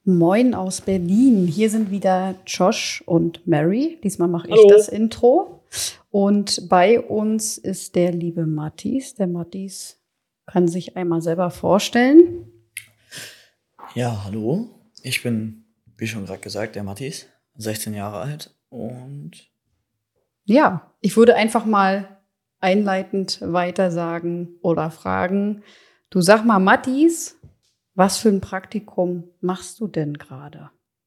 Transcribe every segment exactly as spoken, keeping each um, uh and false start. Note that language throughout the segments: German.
Moin aus Berlin. Hier sind wieder Josh und Mary. Diesmal mache ich Hallo. das Intro. Und bei uns ist der liebe Mattis. Der Mattis kann sich einmal selber vorstellen. Ja, hallo. Ich bin, wie schon gerade gesagt, der Mattis, sechzehn Jahre alt und Ja, ich würde einfach mal einleitend weiter sagen oder fragen. Du sag mal, Mattis, was für ein Praktikum machst du denn gerade?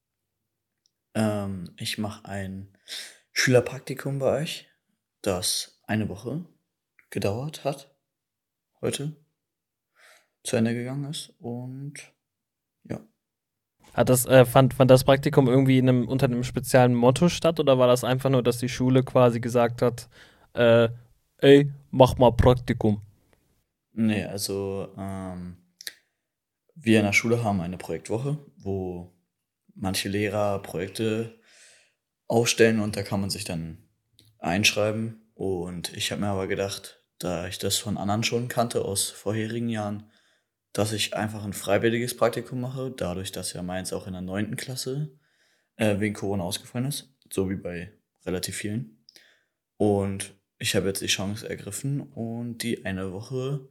ähm, ich mache ein Schülerpraktikum bei euch, das eine Woche gedauert hat, heute zu Ende gegangen ist und ja. Hat das, äh, fand, fand das Praktikum irgendwie in einem, unter einem speziellen Motto statt oder war das einfach nur, dass die Schule quasi gesagt hat, äh, ey, mach mal Praktikum? Nee, also ähm, wir in der Schule haben eine Projektwoche, wo manche Lehrer Projekte aufstellen und da kann man sich dann einschreiben. Und ich habe mir aber gedacht, da ich das von anderen schon kannte aus vorherigen Jahren, dass ich einfach ein freiwilliges Praktikum mache, dadurch, dass ja meins auch in der neunten Klasse äh, wegen Corona ausgefallen ist, so wie bei relativ vielen. Und ich habe jetzt die Chance ergriffen und die eine Woche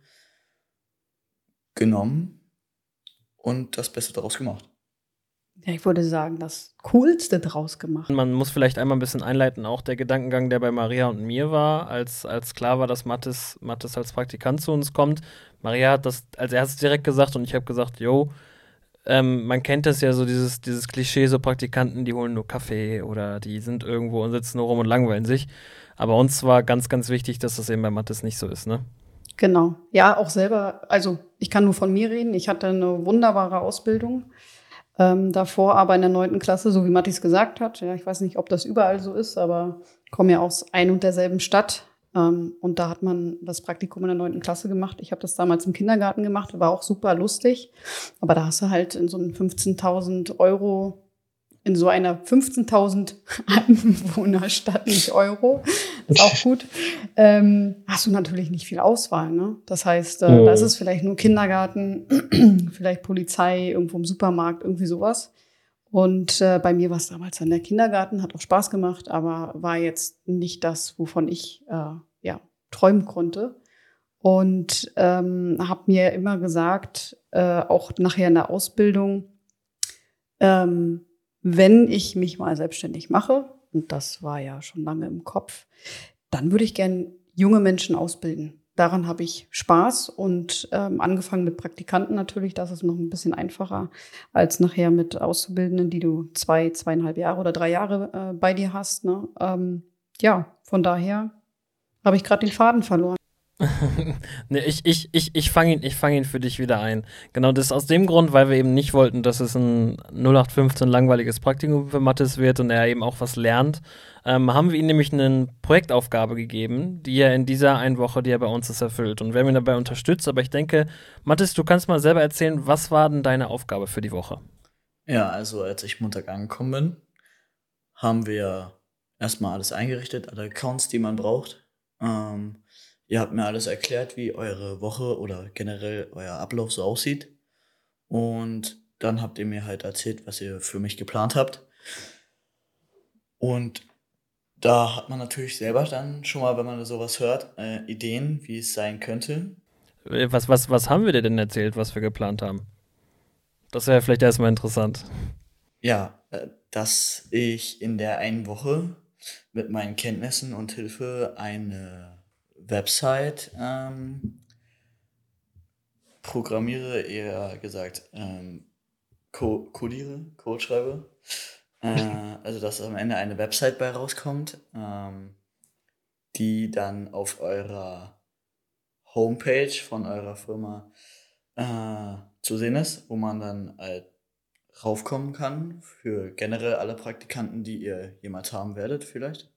genommen und das Beste daraus gemacht. Ja, ich würde sagen, das Coolste draus gemacht. Man muss vielleicht einmal ein bisschen einleiten, auch der Gedankengang, der bei Maria und mir war, als, als klar war, dass Mathis, Mathis als Praktikant zu uns kommt. Maria hat das als erstes direkt gesagt und ich habe gesagt, yo, ähm, man kennt das ja so, dieses, dieses Klischee, so Praktikanten, die holen nur Kaffee oder die sind irgendwo und sitzen nur rum und langweilen sich. Aber uns war ganz, ganz wichtig, dass das eben bei Mathis nicht so ist, ne? Genau. Ja, auch selber, also ich kann nur von mir reden. Ich hatte eine wunderbare Ausbildung. Ähm, davor aber in der neunten Klasse, so wie Mattis gesagt hat. Ja, ich weiß nicht, ob das überall so ist, aber ich komme ja aus ein und derselben Stadt. Ähm, und da hat man das Praktikum in der neunten Klasse gemacht. Ich habe das damals im Kindergarten gemacht, war auch super lustig. Aber da hast du halt in so einen fünfzehntausend Euro, in so einer fünfzehntausend Einwohnerstadt, nicht Euro, ist auch gut, ähm, hast du natürlich nicht viel Auswahl. Ne? Das heißt, äh, Mhm. da ist es vielleicht nur Kindergarten, vielleicht Polizei, irgendwo im Supermarkt, irgendwie sowas. Und äh, bei mir war es damals dann der Kindergarten, hat auch Spaß gemacht, aber war jetzt nicht das, wovon ich äh, ja, träumen konnte. Und ähm, habe mir immer gesagt, äh, auch nachher in der Ausbildung, ähm, wenn ich mich mal selbstständig mache, und das war ja schon lange im Kopf, dann würde ich gern junge Menschen ausbilden. Daran habe ich Spaß und ähm, angefangen mit Praktikanten natürlich, das ist noch ein bisschen einfacher als nachher mit Auszubildenden, die du zwei, zweieinhalb Jahre oder drei Jahre äh, bei dir hast. Ne? Ähm, ja, von daher habe ich gerade den Faden verloren. Ne, ich, ich, ich, ich fange ihn, ich fang ihn für dich wieder ein. Genau, das ist aus dem Grund, weil wir eben nicht wollten, dass es ein null acht fünfzehn langweiliges Praktikum für Mathis wird und er eben auch was lernt. Ähm, haben wir ihm nämlich eine Projektaufgabe gegeben, die er in dieser einen Woche, die er bei uns ist, erfüllt. Und wir haben ihn dabei unterstützt. Aber ich denke, Mathis, du kannst mal selber erzählen, was war denn deine Aufgabe für die Woche? Ja, also als ich Montag angekommen bin, haben wir erstmal alles eingerichtet, alle Accounts, die man braucht. Ähm, ihr habt mir alles erklärt, wie eure Woche oder generell euer Ablauf so aussieht. Und dann habt ihr mir halt erzählt, was ihr für mich geplant habt. Und da hat man natürlich selber dann schon mal, wenn man sowas hört, äh, Ideen, wie es sein könnte. Äh, Was, was, was haben wir dir denn erzählt, was wir geplant haben? Das wäre vielleicht erstmal interessant. Ja, äh, dass ich in der einen Woche mit meinen Kenntnissen und Hilfe eine Website ähm, programmiere, eher gesagt, ähm, co codiere, Code schreibe. Äh, also, dass am Ende eine Website bei rauskommt, ähm, die dann auf eurer Homepage von eurer Firma äh, zu sehen ist, wo man dann halt raufkommen kann für generell alle Praktikanten, die ihr jemals haben werdet, vielleicht.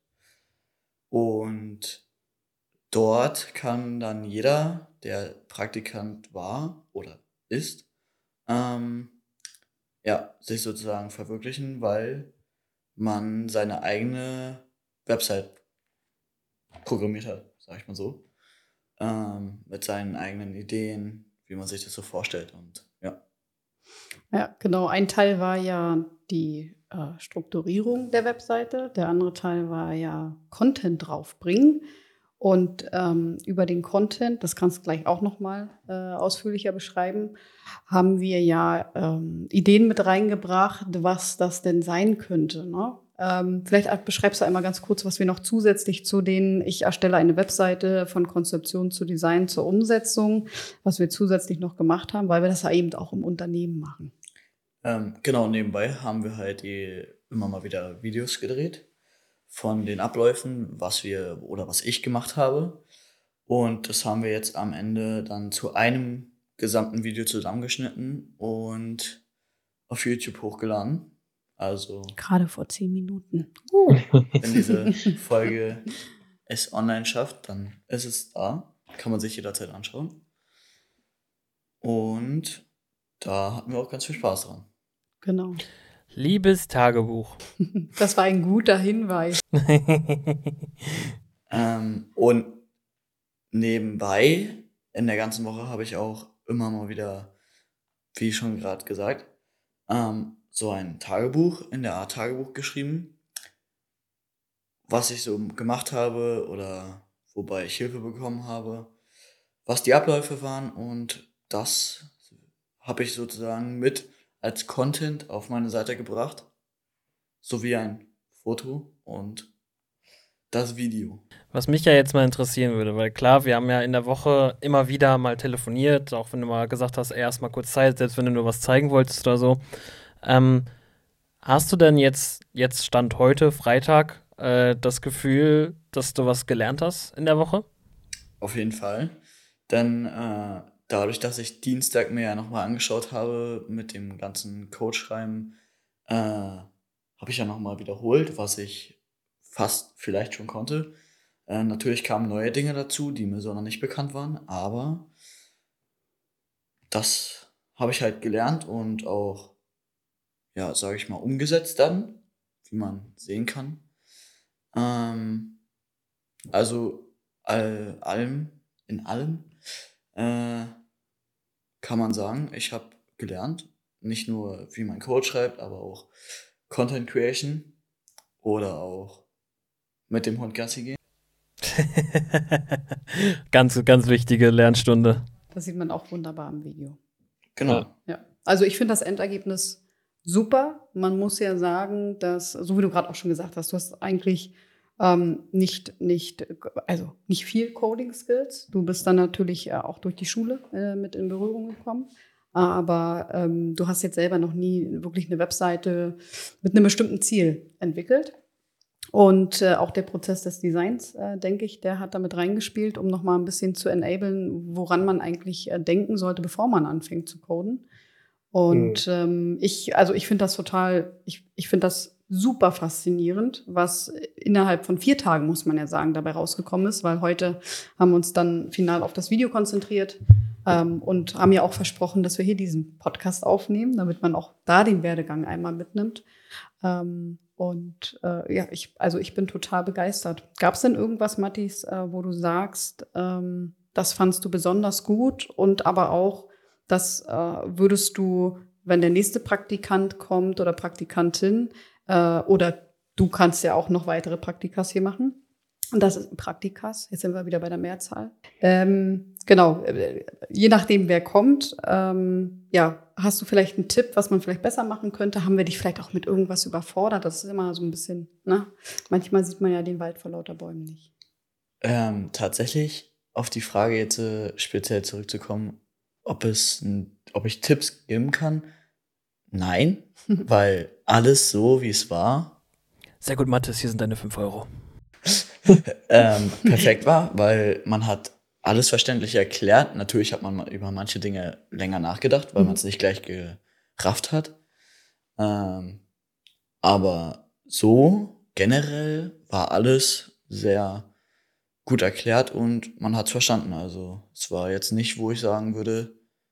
Und dort kann dann jeder, der Praktikant war oder ist, ähm, ja, sich sozusagen verwirklichen, weil man seine eigene Website programmiert hat, sag ich mal so. Ähm, mit seinen eigenen Ideen, wie man sich das so vorstellt. Und ja. Ja, genau. Ein Teil war ja die äh, Strukturierung der Webseite. Der andere Teil war ja Content draufbringen. Und ähm, über den Content, das kannst du gleich auch noch mal äh, ausführlicher beschreiben, haben wir ja ähm, Ideen mit reingebracht, was das denn sein könnte. Ne? Ähm, vielleicht beschreibst du einmal ganz kurz, was wir noch zusätzlich zu den, ich erstelle eine Webseite von Konzeption zu Design zur Umsetzung, was wir zusätzlich noch gemacht haben, weil wir das ja eben auch im Unternehmen machen. Ähm, genau, nebenbei haben wir halt eh immer mal wieder Videos gedreht von den Abläufen, was wir oder was ich gemacht habe. Und das haben wir jetzt am Ende dann zu einem gesamten Video zusammengeschnitten und auf YouTube hochgeladen. Also, Gerade vor zehn Minuten. Uh. wenn diese Folge es online schafft, dann ist es da. Kann man sich jederzeit anschauen. Und da hatten wir auch ganz viel Spaß dran. Genau. Liebes Tagebuch. Das war ein guter Hinweis. ähm, und nebenbei, in der ganzen Woche, habe ich auch immer mal wieder, wie schon gerade gesagt, ähm, so ein Tagebuch in der Art Tagebuch geschrieben, was ich so gemacht habe oder wobei ich Hilfe bekommen habe, was die Abläufe waren, und das habe ich sozusagen mit als Content auf meine Seite gebracht, sowie ein Foto und das Video. Was mich ja jetzt mal interessieren würde, weil klar, wir haben ja in der Woche immer wieder mal telefoniert, auch wenn du mal gesagt hast, ey, erst mal kurz Zeit, selbst wenn du nur was zeigen wolltest oder so. Ähm, hast du denn jetzt, jetzt Stand heute, Freitag, äh, das Gefühl, dass du was gelernt hast in der Woche? Auf jeden Fall. Denn äh, dadurch, dass ich Dienstag mir ja nochmal angeschaut habe mit dem ganzen Codeschreiben, äh, habe ich ja nochmal wiederholt, was ich fast vielleicht schon konnte. Äh, natürlich kamen neue Dinge dazu, die mir so noch nicht bekannt waren, aber das habe ich halt gelernt und auch, ja, sage ich mal, umgesetzt dann, wie man sehen kann. Ähm, also all, allem, in allem äh, kann man sagen, ich habe gelernt, nicht nur wie man Code schreibt, aber auch Content Creation oder auch mit dem Hund Gassi gehen. ganz, ganz wichtige Lernstunde. Das sieht man auch wunderbar im Video. Genau. Ja. Ja. Also ich finde das Endergebnis super. Man muss ja sagen, dass, so wie du gerade auch schon gesagt hast, du hast eigentlich ähm, nicht, nicht, also nicht viel Coding-Skills. Du bist dann natürlich äh, auch durch die Schule äh, mit in Berührung gekommen. Aber ähm, du hast jetzt selber noch nie wirklich eine Webseite mit einem bestimmten Ziel entwickelt. Und äh, auch der Prozess des Designs, äh, denke ich, der hat damit reingespielt, um nochmal ein bisschen zu enablen, woran man eigentlich äh, denken sollte, bevor man anfängt zu coden. Und mhm. ähm, ich, also ich finde das total, ich, ich finde das super faszinierend, was innerhalb von vier Tagen, muss man ja sagen, dabei rausgekommen ist, weil heute haben wir uns dann final auf das Video konzentriert ähm, und haben ja auch versprochen, dass wir hier diesen Podcast aufnehmen, damit man auch da den Werdegang einmal mitnimmt. Ähm, Und äh, ja, ich, also ich bin total begeistert. Gab es denn irgendwas, Mattis, äh, wo du sagst, ähm, das fandst du besonders gut und aber auch, das äh, würdest du, wenn der nächste Praktikant kommt oder Praktikantin, äh, oder du kannst ja auch noch weitere Praktikas hier machen. Und das ist Praktikas, jetzt sind wir wieder bei der Mehrzahl. Ähm, genau, äh, je nachdem, wer kommt, ähm, ja, hast du vielleicht einen Tipp, was man vielleicht besser machen könnte? Haben wir dich vielleicht auch mit irgendwas überfordert? Das ist immer so ein bisschen, ne? Manchmal sieht man ja den Wald vor lauter Bäumen nicht. Ähm, tatsächlich, auf die Frage jetzt äh, speziell zurückzukommen, ob es, ob ich Tipps geben kann? Nein, weil alles so, wie es war. Sehr gut, Mathis, hier sind deine fünf Euro. ähm, perfekt war, weil man hat alles verständlich erklärt. Natürlich hat man über manche Dinge länger nachgedacht, weil mhm. man es nicht gleich gerafft hat. Ähm, aber so generell war alles sehr gut erklärt und man hat es verstanden. Also es war jetzt nicht, wo ich sagen würde,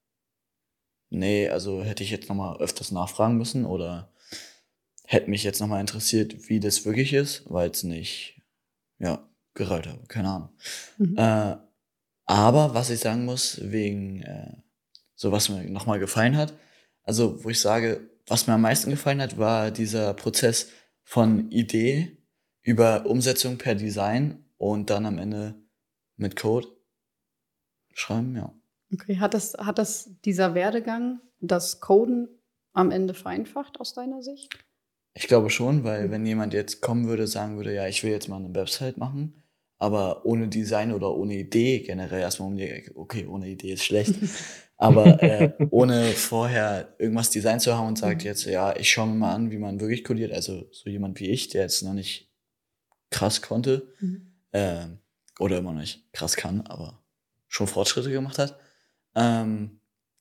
nee, also hätte ich jetzt nochmal öfters nachfragen müssen oder hätte mich jetzt nochmal interessiert, wie das wirklich ist, weil es nicht, ja, gereilt habe, keine Ahnung. Mhm. Äh, aber was ich sagen muss, wegen äh, so was mir nochmal gefallen hat, Also, wo ich sage, was mir am meisten gefallen hat, war dieser Prozess von Idee über Umsetzung per Design und dann am Ende mit Code schreiben, ja. Okay, hat das, hat das dieser Werdegang, das Coden am Ende vereinfacht aus deiner Sicht? Ich glaube schon, weil wenn jemand jetzt kommen würde, sagen würde, ja, ich will jetzt mal eine Website machen, aber ohne Design oder ohne Idee generell erstmal um die Ecke, okay, ohne Idee ist schlecht, aber äh, ohne vorher irgendwas designt zu haben und sagt jetzt, ja, ich schaue mir mal an, wie man wirklich codiert, also so jemand wie ich, der jetzt noch nicht krass konnte, Mhm. äh, oder immer noch nicht krass kann, aber schon Fortschritte gemacht hat. Ähm,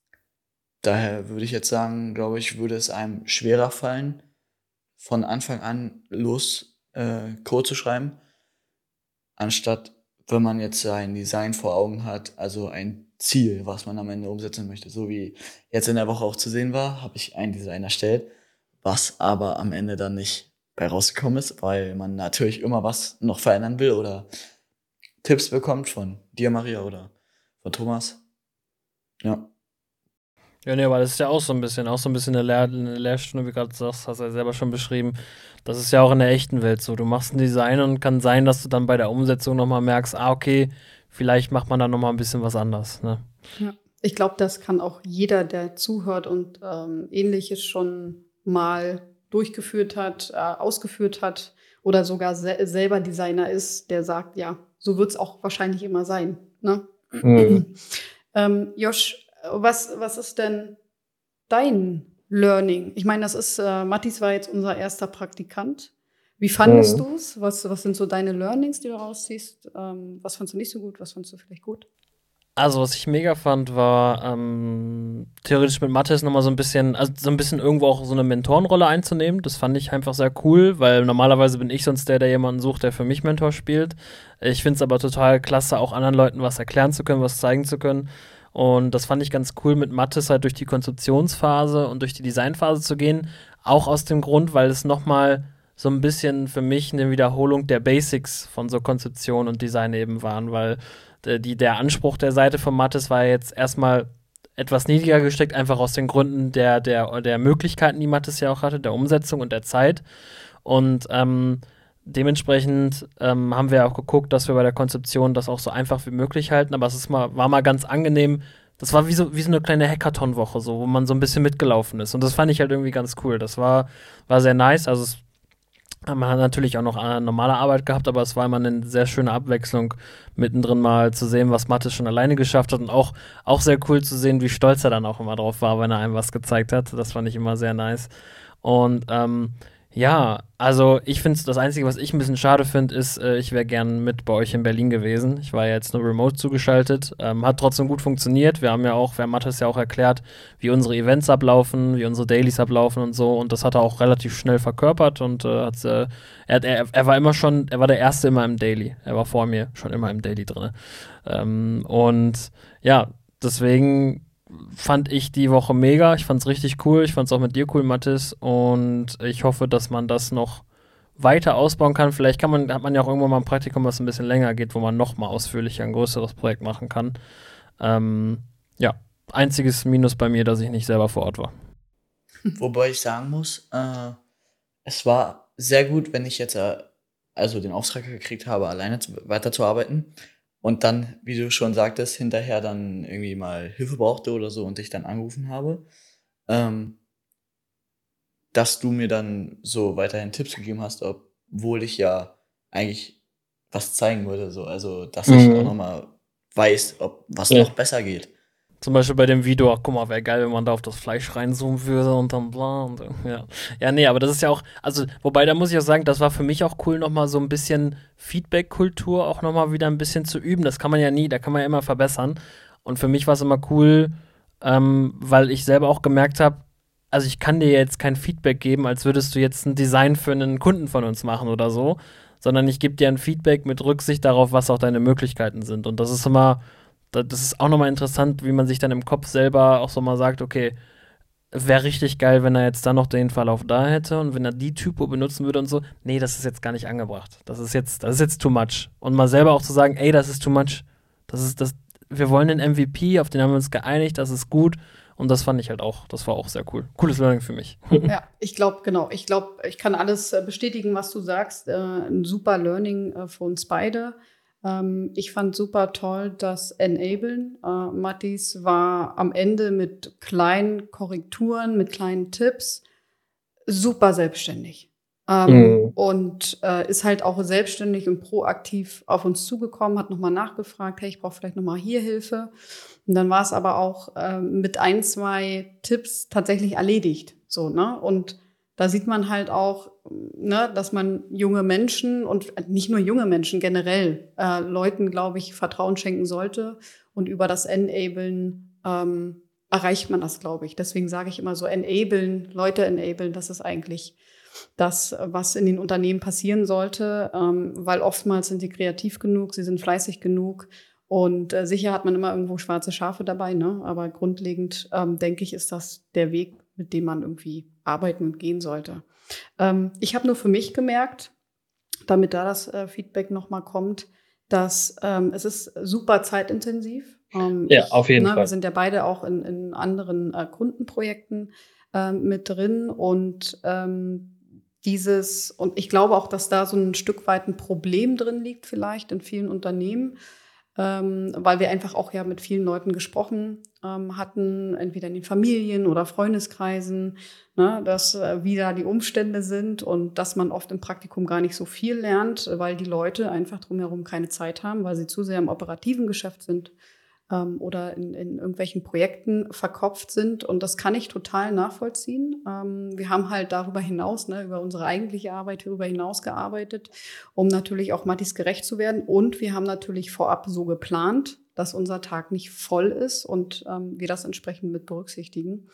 daher würde ich jetzt sagen, glaube ich, würde es einem schwerer fallen, von Anfang an los äh, Code zu schreiben, anstatt wenn man jetzt ein Design vor Augen hat, also ein Ziel, was man am Ende umsetzen möchte. So wie jetzt in der Woche auch zu sehen war, habe ich ein Design erstellt, was aber am Ende dann nicht bei rausgekommen ist, weil man natürlich immer was noch verändern will oder Tipps bekommt von dir, Maria, oder von Thomas. Ja. Ja, nee, aber das ist ja auch so ein bisschen, auch so ein bisschen eine, Lehr eine Lehrstunde, wie du gerade sagst, hast du ja selber schon beschrieben. Das ist ja auch in der echten Welt so. Du machst ein Design und kann sein, dass du dann bei der Umsetzung nochmal merkst, ah, okay, vielleicht macht man da nochmal ein bisschen was anders, ne? Ja. Ich glaube, das kann auch jeder, der zuhört und ähm, Ähnliches schon mal durchgeführt hat, äh, ausgeführt hat oder sogar se selber Designer ist, der sagt, ja, so wird es auch wahrscheinlich immer sein. Ne? Mhm. ähm, Josh, was, was ist denn dein Learning? Ich meine, das ist, äh, Mattis war jetzt unser erster Praktikant. Wie fandest Mhm. du es? Was, was sind so deine Learnings, die du rausziehst? Ähm, was fandst du nicht so gut? Was fandst du vielleicht gut? Also, was ich mega fand, war ähm, theoretisch mit Mathis nochmal so ein bisschen, also so ein bisschen irgendwo auch so eine Mentorenrolle einzunehmen. Das fand ich einfach sehr cool, weil normalerweise bin ich sonst der, der jemanden sucht, der für mich Mentor spielt. Ich finde es aber total klasse, auch anderen Leuten was erklären zu können, was zeigen zu können. Und das fand ich ganz cool, mit Mathis halt durch die Konzeptionsphase und durch die Designphase zu gehen. Auch aus dem Grund, weil es nochmal so ein bisschen für mich eine Wiederholung der Basics von so Konzeption und Design eben waren, weil die, der Anspruch der Seite von Mathis war jetzt erstmal etwas niedriger gesteckt, einfach aus den Gründen der, der, der Möglichkeiten, die Mathis ja auch hatte, der Umsetzung und der Zeit. Und ähm, dementsprechend ähm, haben wir auch geguckt, dass wir bei der Konzeption das auch so einfach wie möglich halten. Aber es ist mal, war mal ganz angenehm. Das war wie so, wie so eine kleine Hackathon-Woche, so, wo man so ein bisschen mitgelaufen ist. Und das fand ich halt irgendwie ganz cool. Das war, war sehr nice. Also es man hat natürlich auch noch eine normale Arbeit gehabt, aber es war immer eine sehr schöne Abwechslung, mittendrin mal zu sehen, was Mathis schon alleine geschafft hat und auch, auch sehr cool zu sehen, wie stolz er dann auch immer drauf war, wenn er einem was gezeigt hat. Das fand ich immer sehr nice. Und ähm, ja, also ich finde, das Einzige, was ich ein bisschen schade finde, ist, äh, ich wäre gern mit bei euch in Berlin gewesen. Ich war ja jetzt nur remote zugeschaltet. Ähm, hat trotzdem gut funktioniert. Wir haben ja auch, wir haben Mathis ja auch erklärt, wie unsere Events ablaufen, wie unsere Dailies ablaufen und so. Und das hat er auch relativ schnell verkörpert und äh, hat, äh, er, er, er war immer schon, er war der Erste immer im Daily. Er war vor mir schon immer im Daily drin. Ähm, und ja, deswegen fand ich die Woche mega. Ich fand's richtig cool. Ich fand's auch mit dir cool, Mathis. Und ich hoffe, dass man das noch weiter ausbauen kann. Vielleicht kann man, hat man ja auch irgendwann mal ein Praktikum, was ein bisschen länger geht, wo man noch mal ausführlicher ein größeres Projekt machen kann. Ähm, ja, einziges Minus bei mir, dass ich nicht selber vor Ort war. Wobei ich sagen muss, äh, es war sehr gut, wenn ich jetzt äh, also den Auftrag gekriegt habe, alleine zu, weiterzuarbeiten und dann, wie du schon sagtest, hinterher dann irgendwie mal Hilfe brauchte oder so und dich dann angerufen habe, ähm, dass du mir dann so weiterhin Tipps gegeben hast, obwohl ich ja eigentlich was zeigen würde, so, also dass ich Mhm. auch nochmal weiß, ob was Ja. noch besser geht. Zum Beispiel bei dem Video, ach, guck mal, wäre geil, wenn man da auf das Fleisch reinzoomen würde und dann bla und so, ja. Ja, nee, aber das ist ja auch, also, wobei, da muss ich auch sagen, das war für mich auch cool, nochmal so ein bisschen Feedback-Kultur auch nochmal wieder ein bisschen zu üben. Das kann man ja nie, da kann man ja immer verbessern. Und für mich war es immer cool, ähm, weil ich selber auch gemerkt habe, also ich kann dir jetzt kein Feedback geben, als würdest du jetzt ein Design für einen Kunden von uns machen oder so, sondern ich gebe dir ein Feedback mit Rücksicht darauf, was auch deine Möglichkeiten sind. Und das ist immer, das ist auch nochmal interessant, wie man sich dann im Kopf selber auch so mal sagt, okay, wäre richtig geil, wenn er jetzt dann noch den Verlauf da hätte und wenn er die Typo benutzen würde und so. Nee, das ist jetzt gar nicht angebracht. Das ist jetzt, das ist jetzt too much. Und mal selber auch zu sagen, ey, das ist too much. Das ist das, wir wollen den M V P, auf den haben wir uns geeinigt, das ist gut. Und das fand ich halt auch, das war auch sehr cool. Cooles Learning für mich. Ja, ich glaube, genau. Ich glaube, ich kann alles äh, bestätigen, was du sagst. Äh, ein super Learning äh, für uns beide. Ähm, ich fand super toll, dass Enablen. Äh, Mattis war am Ende mit kleinen Korrekturen, mit kleinen Tipps super selbstständig. Ähm, mhm. Und äh, ist halt auch selbstständig und proaktiv auf uns zugekommen, hat nochmal nachgefragt, hey, ich brauche vielleicht nochmal hier Hilfe. Und dann war es aber auch äh, mit ein, zwei Tipps tatsächlich erledigt. So, ne? Und da sieht man halt auch, ne, dass man junge Menschen und nicht nur junge Menschen, generell äh, Leuten, glaube ich, Vertrauen schenken sollte. Und über das Enablen ähm, erreicht man das, glaube ich. Deswegen sage ich immer so, enablen, Leute enablen, das ist eigentlich das, was in den Unternehmen passieren sollte, ähm, weil oftmals sind sie kreativ genug, sie sind fleißig genug und äh, sicher hat man immer irgendwo schwarze Schafe dabei, ne? Aber grundlegend, ähm, denke ich, ist das der Weg, mit dem man irgendwie arbeiten und gehen sollte. Ähm, ich habe nur für mich gemerkt, damit da das äh, Feedback nochmal kommt, dass ähm, es ist super zeitintensiv. Ähm, ja, auf jeden ich, ne, Fall. Wir sind ja beide auch in, in anderen äh, Kundenprojekten äh, mit drin und ähm, dieses, und ich glaube auch, dass da so ein Stück weit ein Problem drin liegt vielleicht in vielen Unternehmen, ähm, weil wir einfach auch ja mit vielen Leuten gesprochen ähm, hatten, entweder in den Familien oder Freundeskreisen, ne, dass äh, wie da die Umstände sind und dass man oft im Praktikum gar nicht so viel lernt, weil die Leute einfach drumherum keine Zeit haben, weil sie zu sehr im operativen Geschäft sind ähm, oder in, in irgendwelchen Projekten verkopft sind. Und das kann ich total nachvollziehen. Ähm, wir haben halt darüber hinaus, ne, über unsere eigentliche Arbeit darüber hinaus gearbeitet, um natürlich auch Mattis gerecht zu werden. Und wir haben natürlich vorab so geplant, dass unser Tag nicht voll ist und ähm, wir das entsprechend mit berücksichtigen.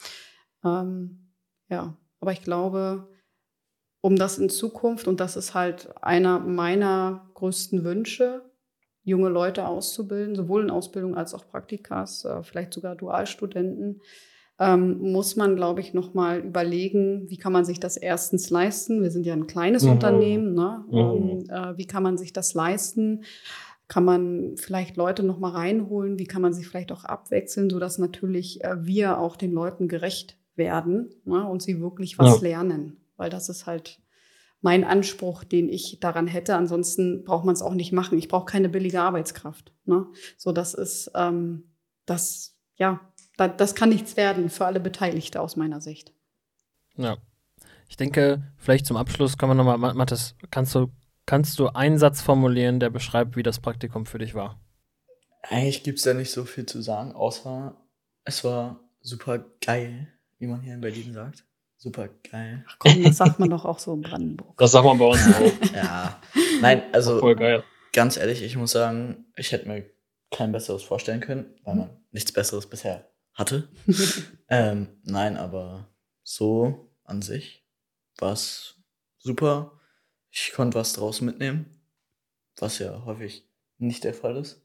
Ähm, ja, aber ich glaube, um das in Zukunft, und das ist halt einer meiner größten Wünsche, junge Leute auszubilden, sowohl in Ausbildung als auch Praktikas, äh, vielleicht sogar Dualstudenten, ähm, muss man, glaube ich, noch mal überlegen, wie kann man sich das erstens leisten? Wir sind ja ein kleines mhm. Unternehmen, ne? Mhm. Ähm, äh, wie kann man sich das leisten? Kann man vielleicht Leute noch mal reinholen? Wie kann man sich vielleicht auch abwechseln, sodass natürlich äh, wir auch den Leuten gerecht werden, ne? Und sie wirklich was ja. lernen? Weil das ist halt mein Anspruch, den ich daran hätte. Ansonsten braucht man es auch nicht machen. Ich brauche keine billige Arbeitskraft. Ne? So, das ist, ähm, das, ja, da, das kann nichts werden für alle Beteiligten aus meiner Sicht. Ja. Ich denke, vielleicht zum Abschluss kann man nochmal, Mathis, kannst du, kannst du einen Satz formulieren, der beschreibt, wie das Praktikum für dich war? Eigentlich gibt es da nicht so viel zu sagen, außer es war super geil, wie man hier in Berlin sagt. Super geil. Ach komm, das sagt man doch auch so in Brandenburg. Das sagt man bei uns auch. Ja. Nein, also voll geil. Ganz ehrlich, ich muss sagen, ich hätte mir kein besseres vorstellen können, weil man nichts Besseres bisher hatte. ähm, nein, aber so an sich war es super. Ich konnte was draus mitnehmen, was ja häufig nicht der Fall ist.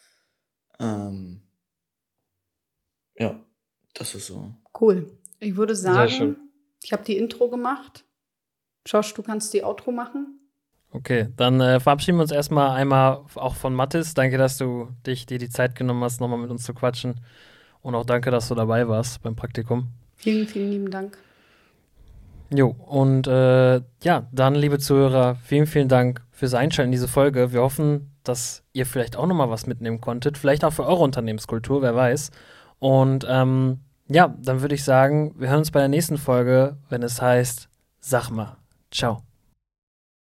Ähm, ja, das ist so. Cool. Ich würde sagen, ich habe die Intro gemacht. Josh, du kannst die Outro machen. Okay, dann äh, verabschieden wir uns erstmal einmal auch von Mathis. Danke, dass du dich dir die Zeit genommen hast, nochmal mit uns zu quatschen. Und auch danke, dass du dabei warst beim Praktikum. Vielen, vielen lieben Dank. Jo, und äh, ja, dann, liebe Zuhörer, vielen, vielen Dank fürs Einschalten in diese Folge. Wir hoffen, dass ihr vielleicht auch nochmal was mitnehmen konntet. Vielleicht auch für eure Unternehmenskultur, wer weiß. Und ähm, ja, dann würde ich sagen, wir hören uns bei der nächsten Folge, wenn es heißt, sag mal. Ciao.